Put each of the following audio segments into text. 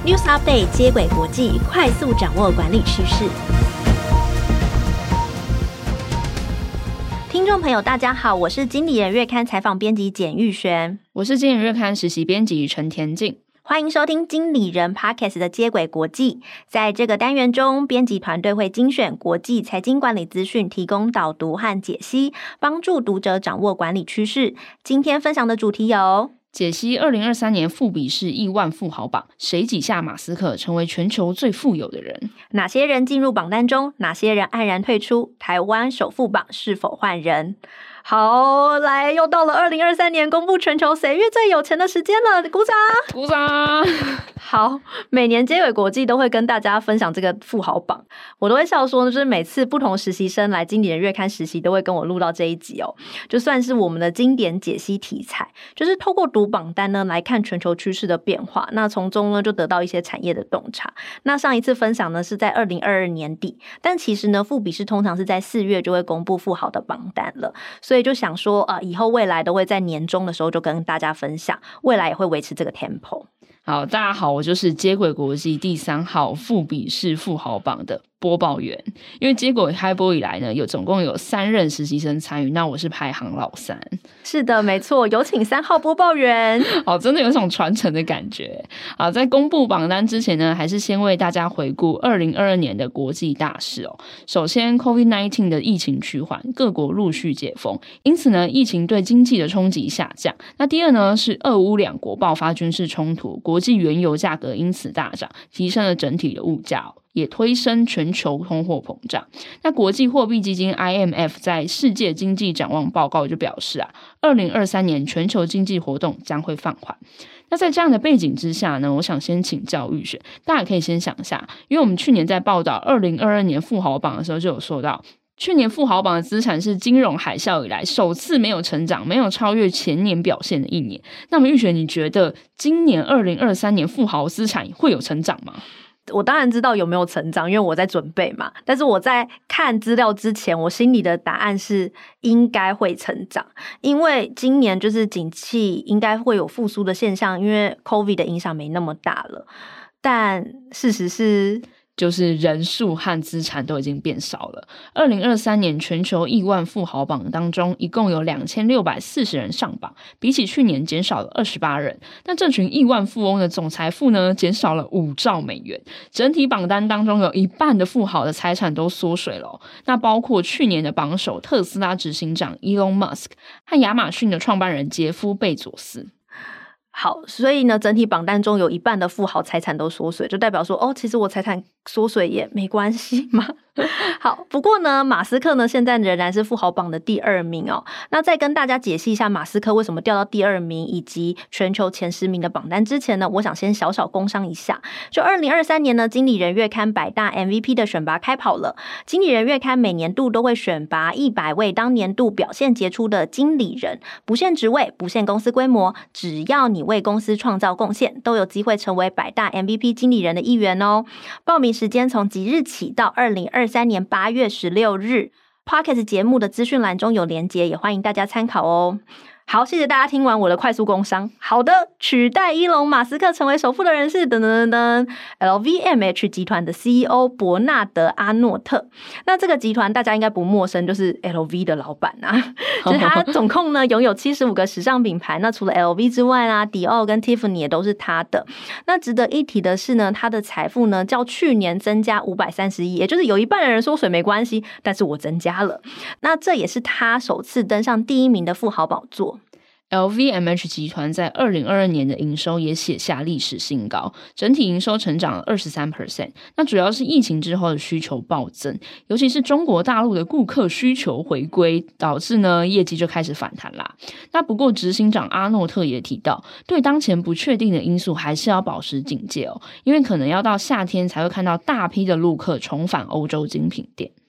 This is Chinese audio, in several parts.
News Update 接轨国际，快速掌握管理趋势。听众朋友大家好，我是经理人月刊采访编辑简玉璇， 我是经理人月刊实习编辑陈田静。 欢迎收听经理人 Podcast 的接轨国际。在这个单元中，编辑团队会精选国际财经管理资讯，提供导读和解析，帮助读者掌握管理趋势。今天分享的主题有解析2023年富比士亿万富豪榜，谁挤下马斯克成为全球最富有的人？ 哪些人进入榜单中，哪些人黯然退出？台湾首富榜是否换人？好，来，又到了2023年公布全球谁月最有钱的时间了，鼓掌！ 鼓掌！ 好，每年接轨国际都会跟大家分享这个富豪榜，我都会笑说，就是每次不同实习生来经理人月刊实习，都会跟我录到这一集哦，就算是我们的经典解析题材，就是透过读榜单呢来看全球趋势的变化，那从中呢就得到一些产业的洞察。那上一次分享呢是在2022年底，但其实呢富比士通常是在4月就会公布富豪的榜单了，所以就想说以后未来都会在年终的时候就跟大家分享，未来也会维持这个 tempo。 好，大家好，我就是接轨国际第3号富比士富豪榜的播报员。因为接轨开播以来呢，总共有3任实习生参与，那我是排行老3。 是的，没错，有请3号播报员。 好，真的有一种传承的感觉。好，在公布榜单之前呢，还是先为大家回顾2022年的国际大事哦。首先 COVID-19 的疫情趋缓，各国陆续解封，因此呢，疫情对经济的冲击下降。那第二呢，是俄乌两国爆发军事冲突，国际原油价格因此大涨，提升了整体的物价也推升全球通货膨胀。那国际货币基金 IMF 在世界经济展望报告就表示2023年全球经济活动将会放缓。那在这样的背景之下呢，我想先请教玉璇，大家可以先想一下，因为我们去年在报道2022年富豪榜的时候就有说到，去年富豪榜的资产是金融海啸以来首次没有成长，没有超越前年表现的一年。那么玉璇，你觉得今年2023年富豪资产会有成长吗？ 我当然知道有没有成长，因为我在准备嘛。但是我在看资料之前，我心里的答案是应该会成长，因为今年就是景气应该会有复苏的现象，因为 COVID 的影响没那么大了。但事实是， 就是人数和资产都已经变少了。2023年全球亿万富豪榜当中，一共有2640人上榜，比起去年减少了28人。那这群亿万富翁的总财富呢，减少了5兆美元。整体榜单当中有一半的富豪的财产都缩水了那包括去年的榜首特斯拉执行长 Elon Musk 和亚马逊的创办人杰夫贝佐斯。 好，所以呢，整体榜单中有一半的富豪财产都缩水，就代表说，其实我财产缩水也没关系嘛。好，不过呢，马斯克呢现在仍然是富豪榜的第2名哦。那在跟大家解析一下马斯克为什么掉到第2名以及全球前10名的榜单之前呢，我想先小小工商一下。就2023年呢，经理人月刊100大 MVP 的选拔开跑了。经理人月刊每年度都会选拔100位当年度表现杰出的经理人，不限职位，不限公司规模，只要你为公司创造贡献，都有机会成为100大 MVP 经理人的一员哦。报名时间从即日起到2023年8月16日 Podcast 节目的资讯栏中有连结，也欢迎大家参考哦。好，谢谢大家听完我的快速工商。好的，取代伊隆马斯克成为首富的人是LVMH 集团的 CEO 伯纳德阿诺特。那这个集团大家应该不陌生，就是 LV 的老板就是他总共呢拥有75个时尚品牌，那除了 LV 之外啦，迪奥跟 Tiffany 也都是他的。那值得一提的是呢，他的财富呢较去年增加530亿，也就是有一半的人缩水没关系，但是我增加了。那这也是他首次登上第1名的富豪宝座。 LVMH 集团在2022年的营收也写下历史新高，整体营收成长了 23%。那主要是疫情之后的需求暴增，尤其是中国大陆的顾客需求回归，导致呢业绩就开始反弹啦。那不过执行长阿诺特也提到，对当前不确定的因素还是要保持警戒因为可能要到夏天才会看到大批的陆客重返欧洲精品店。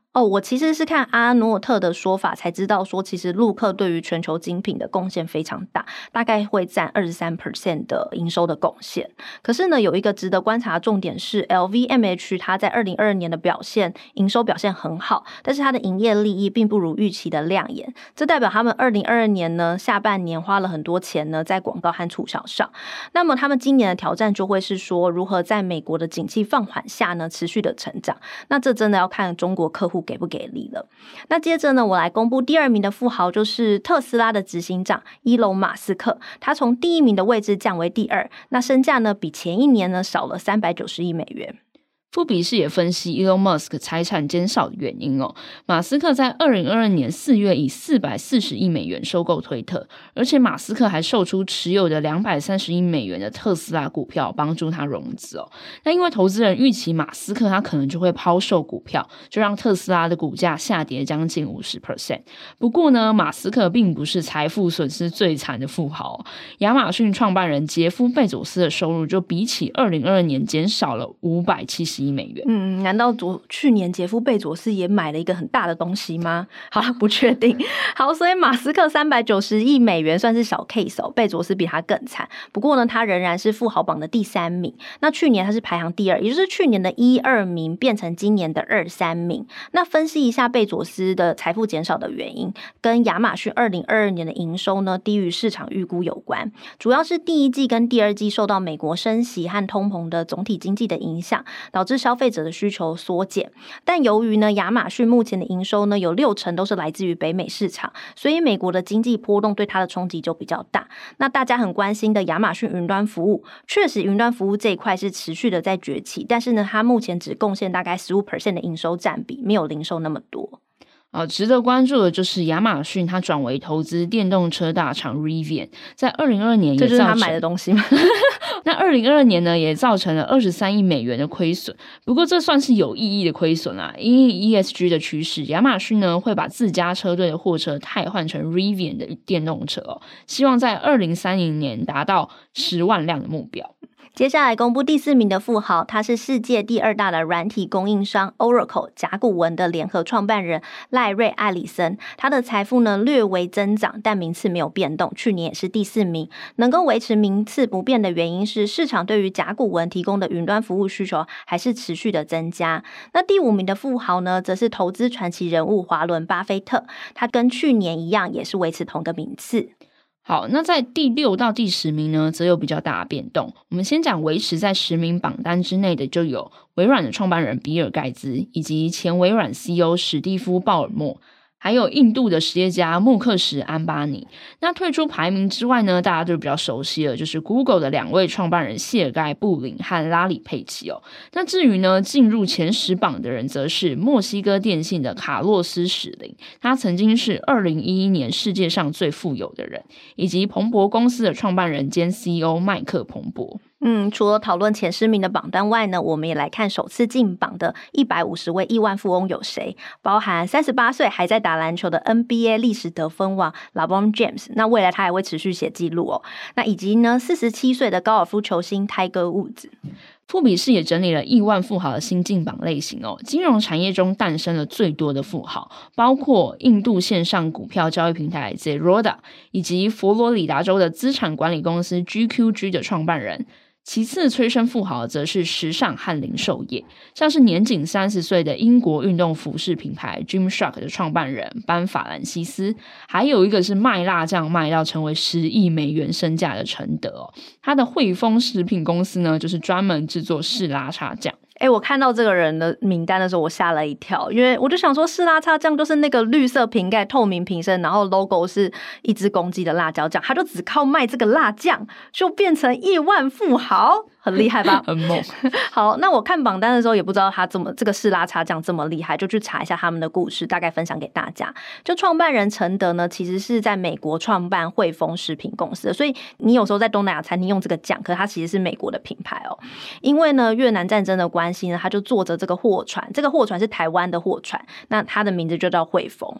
我其实是看阿诺特的说法才知道说，其实陆客对于全球精品的贡献非常大，大概会占 23% 的营收的贡献。可是呢，有一个值得观察的重点是 LVMH 它在2022年的营收表现很好，但是它的营业利益并不如预期的亮眼，这代表他们2022年呢下半年花了很多钱呢在广告和促销上。那么他们今年的挑战就会是说，如何在美国的景气放缓下呢持续的成长，那这真的要看中国客户给不给力了。那接着呢，我来公布第2名的富豪，就是特斯拉的执行长伊隆马斯克，他从第1名的位置降为第2，那身价呢比前一年呢少了390亿美元。 富比士也分析 Elon Musk 财产减少的原因马斯克在2022年4月以440亿美元收购推特，而且马斯克还售出持有的230亿美元的特斯拉股票帮助他融资那因为投资人预期马斯克他可能就会抛售股票，就让特斯拉的股价下跌将近 50%。 不过呢，马斯克并不是财富损失最惨的富豪亚马逊创办人杰夫贝佐斯的收入就比起2022年减少了570亿美元。 难道去年杰夫贝佐斯也买了一个很大的东西吗？好了，不确定。好，所以马斯克390亿美元算是小 case贝佐斯比他更惨。不过呢，他仍然是富豪榜的第3名。那去年他是排行第2，也就是去年的1、2名变成今年的2、3名。那分析一下贝佐斯的财富减少的原因，跟亚马逊2022年的营收呢低于市场预估有关。主要是第1季跟第2季受到美国升息和通膨的总体经济的影响，导致消费者的需求缩减。但由于呢，亚马逊目前的营收呢有60%都是来自于北美市场，所以美国的经济波动对它的冲击就比较大。那大家很关心的亚马逊云端服务，确实云端服务这一块是持续的在崛起，但是呢，它目前只贡献大概 15% 的营收占比，没有零售那么多。 值得关注的就是亚马逊它转为投资电动车大厂 Rivian， 在2022年也这就是他买的东西吗？ 那2022年呢也造成了23亿美元的亏损，不过这算是有意义的亏损啦。因为 ESG 的趋势，亚马逊呢会把自家车队的货车汰换成 Rivian 的电动车希望在2030年达到10万辆的目标。 接下来公布第4名的富豪，他是世界第2大的软体供应商 Oracle 甲骨文的联合创办人赖瑞艾里森。他的财富呢略微增长，但名次没有变动，去年也是第4名。能够维持名次不变的原因是市场对于甲骨文提供的云端服务需求还是持续的增加。那第5名的富豪呢，则是投资传奇人物华伦巴菲特，他跟去年一样也是维持同个名次。 好，那在第6到第10名呢，则有比较大的变动。我们先讲维持在10名榜单之内的，就有微软的创办人比尔盖茨，以及前微软 CEO 史蒂夫鲍尔默，还有印度的实业家穆克什安巴尼。那退出排名之外呢，大家就比较熟悉了，就是 Google 的2位创办人谢盖布林和拉里佩奇那至于呢，进入前10榜的人，则是墨西哥电信的卡洛斯史林，他曾经是2011年世界上最富有的人，以及彭博公司的创办人兼 CEO 麦克彭博。 除了讨论前10名的榜单外呢，我们也来看首次进榜的150位亿万富翁有谁，包含38岁还在打篮球的 NBA 历史得分王 LeBron James， 那未来他还会持续写记录那以及呢47岁的高尔夫球星泰戈伍兹。 富比士也整理了亿万富豪的新进榜类型金融产业中诞生了最多的富豪，包括印度线上股票交易平台 Zerodha， 以及佛罗里达州的资产管理公司 GQG 的创办人。其次催生富豪则是时尚和零售业，像是年仅30岁的英国运动服饰品牌 Gymshark 的创办人班法兰西斯，还有一个是卖辣酱卖到成为10亿美元身价的承德他的汇丰食品公司呢，就是专门制作士拉叉酱。 我看到这个人的名单的时候，我吓了一跳，因为我就想说，士拉叉酱就是那个绿色瓶盖、透明瓶身，然后 logo 是一只公鸡的辣椒酱，他就只靠卖这个辣酱就变成亿万富豪，很厉害吧？ 很猛。 好，那我看榜单的时候也不知道他这个士拉叉酱这么厉害，就去查一下他们的故事，大概分享给大家。就创办人承德呢，其实是在美国创办汇丰食品公司的，所以你有时候在东南亚餐厅用这个酱，可是它其实是美国的品牌因为呢越南战争的关系呢，他就坐着这个货船，这个货船是台湾的货船，那它的名字就叫汇丰。好，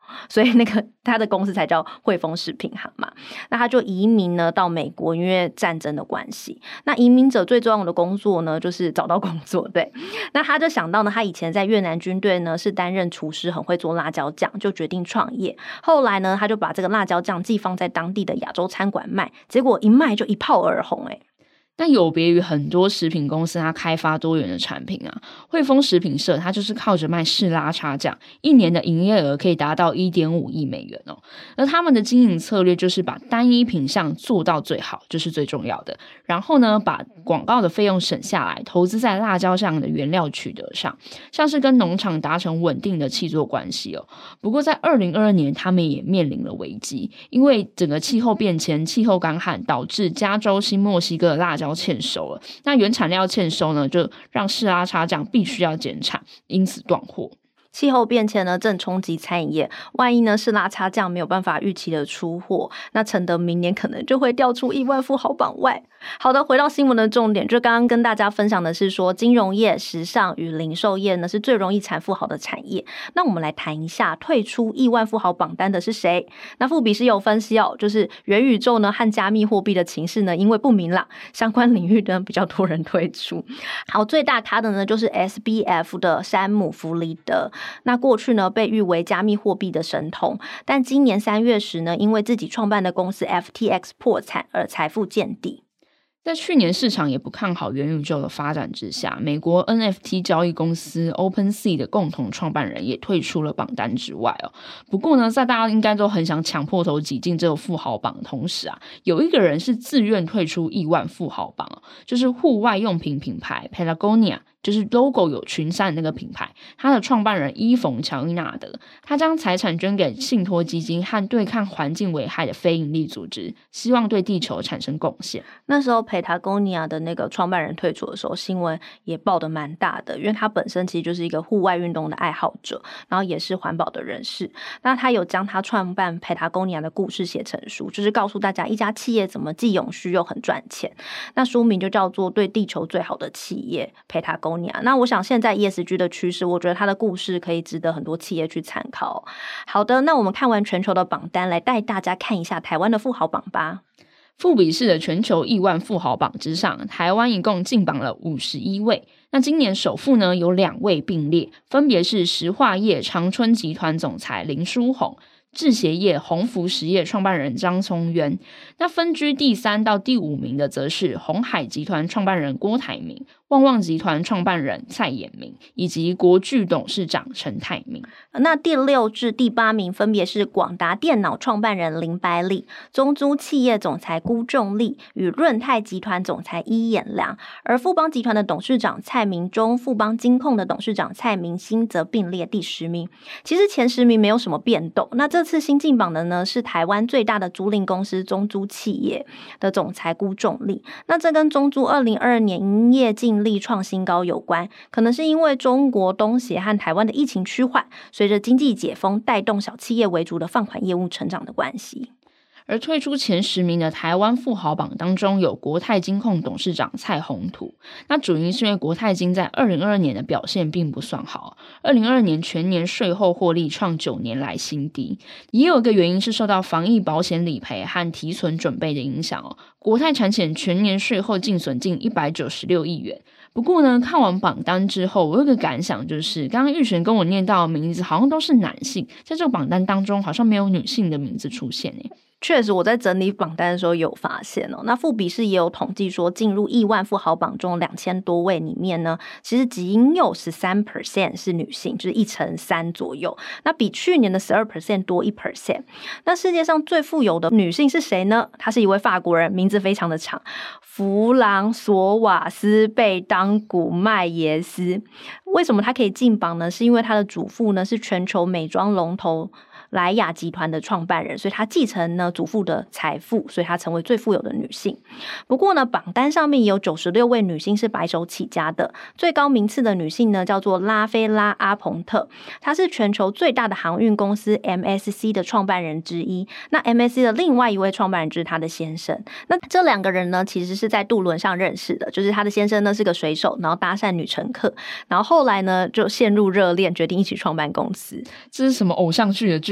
所以他的公司才叫汇丰食品行嘛。那他就移民呢到美国，因为战争的关系。那移民者最重要的工作呢，就是找到工作。对，那他就想到呢，他以前在越南军队呢是担任厨师，很会做辣椒酱，就决定创业。后来呢，他就把这个辣椒酱寄放在当地的亚洲餐馆卖，结果一卖就一炮而红。 那有别于很多食品公司它开发多元的产品啊，汇丰食品社它就是靠着卖士拉茶酱，一年的营业额可以达到 1.5 亿美元哦。而他们的经营策略就是把单一品项做到最好，就是最重要的。然后呢，把广告的费用省下来，投资在辣椒酱的原料取得上，像是跟农场达成稳定的契作关系哦。不过在2022年，他们也面临了危机，因为整个气候变迁、气候干旱导致加州、新墨西哥的辣椒欠收了，那原产料欠收呢，就让士拉茶酱必须要减产，因此断货。 气候变迁呢正冲击餐饮业，万一呢士拉茶酱没有办法预期的出货，那承德明年可能就会掉出亿万富豪榜外。好的，回到新闻的重点，就刚刚跟大家分享的是说，金融业、时尚与零售业呢是最容易产富豪的产业。那我们来谈一下退出亿万富豪榜单的是谁？那富比士有分析就是元宇宙呢和加密货币的情势呢，因为不明朗，相关领域呢比较多人退出。好，最大咖的呢就是 SBF 的山姆弗里德。那过去呢被誉为加密货币的神童，但今年3月时呢，因为自己创办的公司 FTX 破产而财富见底。 在去年市场也不看好元宇宙的发展之下，美国 NFT 交易公司 OpenSea 的共同创办人也退出了榜单之外哦。不过呢，在大家应该都很想抢破头挤进这个富豪榜的同时啊，有一个人是自愿退出亿万富豪榜哦，就是户外用品品牌 Patagonia， 就是 logo 有群山的那个品牌，他的创办人伊冯乔伊纳德，他将财产捐给信托基金和对抗环境危害的非营利组织，希望对地球产生贡献。 那时候Patagonia 的那个创办人退出的时候，新闻也报得蛮大的，因为他本身其实就是一个户外运动的爱好者，然后也是环保的人士。那他有将他创办 Patagonia 的故事写成书，就是告诉大家一家企业怎么既永续又很赚钱。那书名就叫做《对地球最好的企业 Patagonia》。那我想现在 ESG 的趋势，我觉得他的故事可以值得很多企业去参考。好的，那我们看完全球的榜单，来带大家看一下台湾的富豪榜吧。 富比士的全球亿万富豪榜之上，台湾一共进榜了51位。那今年首富呢有2位并列，分别是石化业长春集团总裁林书宏，制鞋业鸿福实业创办人张聪渊。那分居第3到第5名的则是鸿海集团创办人郭台铭、旺旺集团创办人蔡衍明以及国巨董事长陈泰明。 那第6至第8名分别是广达电脑创办人林百里、中租企业总裁辜仲立与润泰集团总裁伊衍良，而富邦集团的董事长蔡明忠、富邦金控的董事长蔡明兴则并列第10名。其实前10名没有什么变动，那这次新进榜的呢是台湾最大的租赁公司中租企业的总裁辜仲立。那这跟中租2022年营业净利创新高有关，可能是因为中国东协和台湾的疫情趋缓，随着经济解封带动小企业为主的放款业务成长的关系。 而退出前10名的台湾富豪榜当中，有国泰金控董事长蔡宏图。那主因是因为国泰金在2022年的表现并不算好，2022年全年税后获利创9年来新低。也有一个原因是受到防疫保险理赔和提存准备的影响国泰产险全年税后净损近196亿元。不过呢，看完榜单之后，我有个感想，就是刚刚玉璇跟我念到的名字好像都是男性，在这个榜单当中好像没有女性的名字出现耶。 确实，我在整理榜单的时候有发现那富比士也有统计说，进入亿万富豪榜中2000多位里面呢，其实仅有 13% 是女性，就是1/3左右，那比去年的 12% 多 1%。那世界上最富有的女性是谁呢？她是一位法国人，名字非常的长，弗朗索瓦斯贝当古麦耶斯。为什么她可以进榜呢？是因为她的祖父呢是全球美妆龙头莱雅集团的创办人，所以她继承呢祖父的财富，所以她成为最富有的女性。不过呢，榜单上面也有96位女性是白手起家的，最高名次的女性呢叫做拉菲拉阿蓬特，她是全球最大的航运公司 MSC 的创办人之一。那 MSC 的另外一位创办人就是她的先生。那这2个人呢其实是在渡轮上认识的，就是她的先生呢是个水手，然后搭讪女乘客，然后后来呢就陷入热恋，决定一起创办公司。 这是什么偶像剧的剧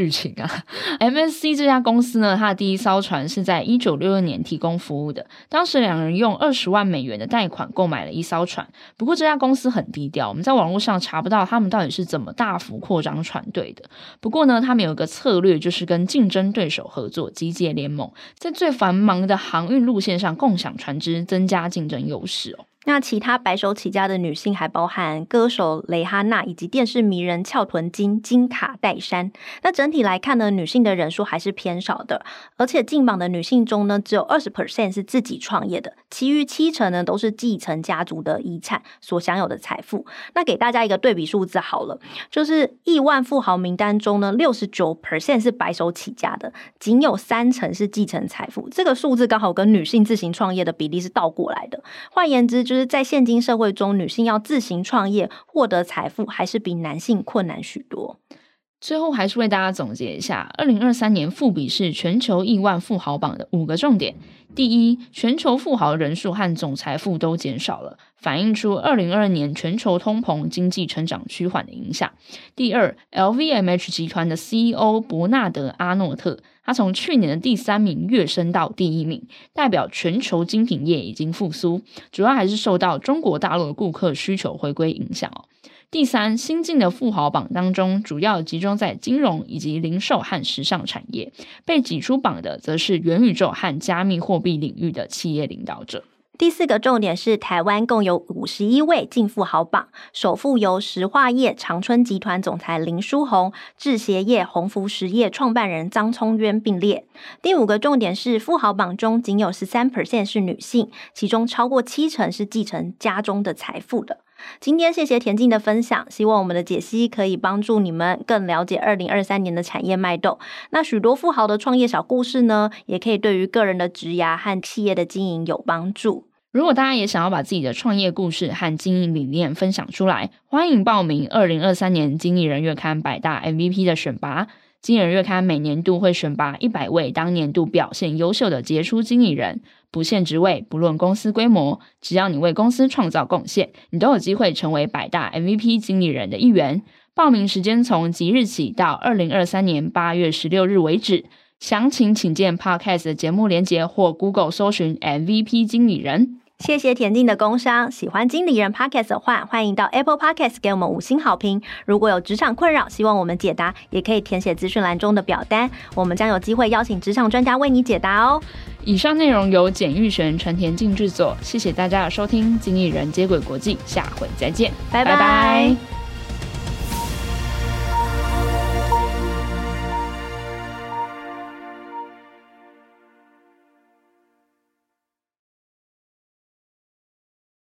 剧情啊。MSC 这家公司呢，它的第一艘船是在1962年提供服务的，当时两人用20万美元的贷款购买了一艘船。不过这家公司很低调，我们在网络上查不到他们到底是怎么大幅扩张船队的。不过呢，他们有一个策略，就是跟竞争对手合作，集结联盟，在最繁忙的航运路线上共享船只，增加竞争优势哦。 那其他白手起家的女性还包含歌手蕾哈娜以及电视迷人翘臀金金卡戴珊。那整体来看呢，女性的人数还是偏少的，而且进榜的女性中呢，只有 20% 是自己创业的，其余70%呢都是继承家族的遗产所享有的财富。那给大家一个对比数字好了，就是亿万富豪名单中呢 69% 是白手起家的，仅有3%是继承财富。这个数字刚好跟女性自行创业的比例是倒过来的。换言之，就是在现今社会中，女性要自行创业获得财富还是比男性困难许多。 最后还是为大家总结一下2023年富比士全球亿万富豪榜的5个重点。第一，全球富豪人数和总财富都减少了，反映出2022年全球通膨、经济成长趋缓的影响。第二， LVMH 集团的 CEO 伯纳德·阿诺特，他从去年的第3名跃升到第1名，代表全球精品业已经复苏，主要还是受到中国大陆的顾客需求回归影响哦。第三，新进的富豪榜当中，主要集中在金融以及零售和时尚产业，被挤出榜的则是元宇宙和加密货币领域的企业领导者。 第4个重点是台湾共有51位进富豪榜，首富由石化业长春集团总裁林书宏、制鞋业鸿福实业创办人张聪渊并列。第5个重点是富豪榜中仅有 13% 是女性，其中超过70%是继承家中的财富的。今天谢谢田径的分享，希望我们的解析可以帮助你们更了解2023年的产业脉动。那许多富豪的创业小故事呢，也可以对于个人的职涯和企业的经营有帮助。 如果大家也想要把自己的创业故事和经营理念分享出来，欢迎报名2023年经理人月刊100大 MVP 的选拔。经理人月刊每年度会选拔100位当年度表现优秀的杰出经理人，不限职位，不论公司规模，只要你为公司创造贡献，你都有机会成为100大 MVP 经理人的一员。报名时间从即日起到2023年8月16日为止，详情请见 Podcast 的节目连结或 Google 搜寻 MVP 经理人。 谢谢田径的工商，喜欢经理人 Podcast 的话，欢迎到 Apple Podcast 给我们5星好评。如果有职场困扰，希望我们解答，也可以填写资讯栏中的表单，我们将有机会邀请职场专家为你解答哦。 以上内容由简玉璇、陈田径制作，谢谢大家的收听，经理人接轨国际，下回再见， 拜拜。